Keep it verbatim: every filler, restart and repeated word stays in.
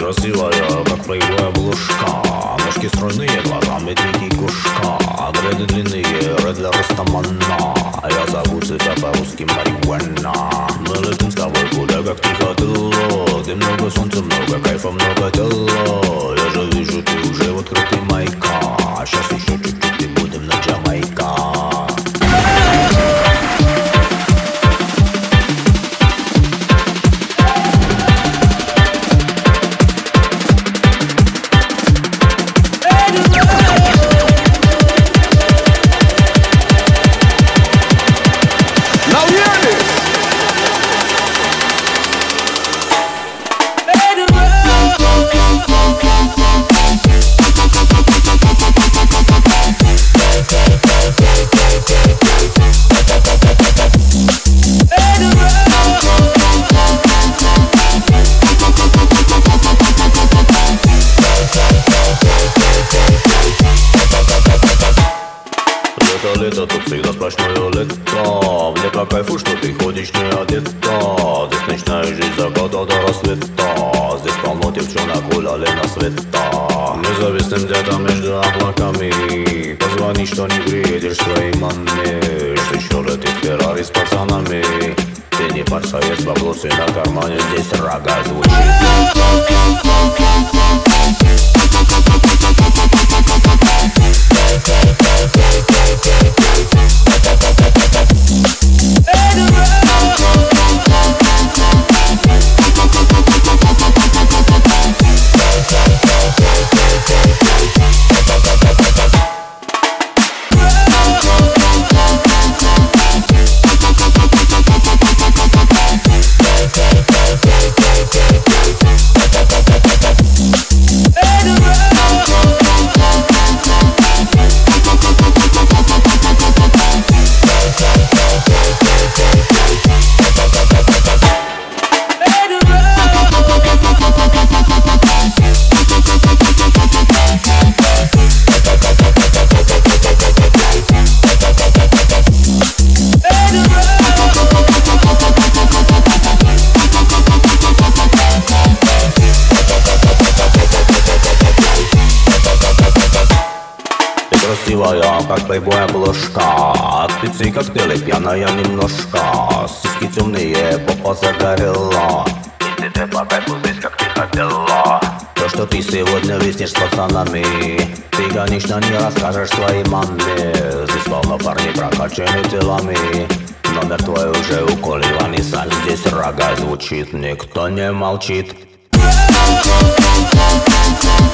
красивая, как плейбой обложка. Ножки стройные, глаза медведь кушка. Дреды длинные, ред для растамана. Я зову тебя по-русски марихуана. Мы летим с тобой куда, как тихо тыло. Где много солнца, много кайфа, много тела. Я же вижу, ты уже в открытой майка. Сейчас еще чуть-чуть и будем на Джамайка. Лето, тут всегда сплошное лето. Мне по кайфу, что ты ходишь не одета. Здесь ночная жизнь заката до рассвета. Здесь полно девчонок гуляли на света. Независным где-то между облаками. Позвони, что не приедешь своей маме. Что еще летит Феррари с пацанами. Ты не парься, есть баблосы на кармане. Здесь рага звучит. Красивая, как плейбой обложка. От пиццы коктейли пьяная немножко. Сиськи темные, попа загорела. И ты по кайфу здесь, как ты хотела. То, что ты сегодня виснешь с пацанами, ты, конечно, не расскажешь своей маме. Здесь полно парней прокачаны телами. Номер твой уже у Коли Ванисан. Здесь рога звучит, никто не молчит.